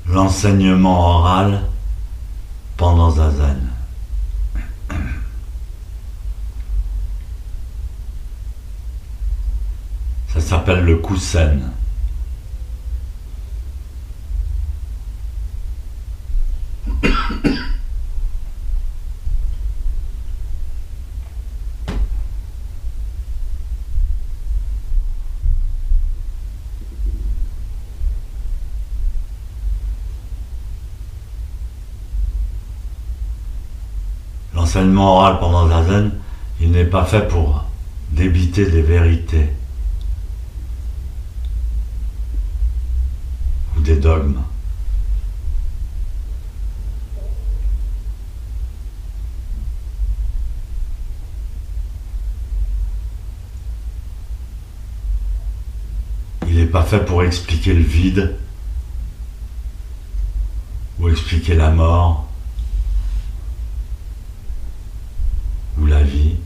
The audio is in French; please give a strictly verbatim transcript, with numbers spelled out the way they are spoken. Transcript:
L'enseignement oral pendant Zazen. Ça s'appelle le Kusen. L'enseignement oral pendant Zazen, il n'est pas fait pour débiter des vérités ou des dogmes. Il n'est pas fait pour expliquer le vide ou expliquer la mort ou la vie.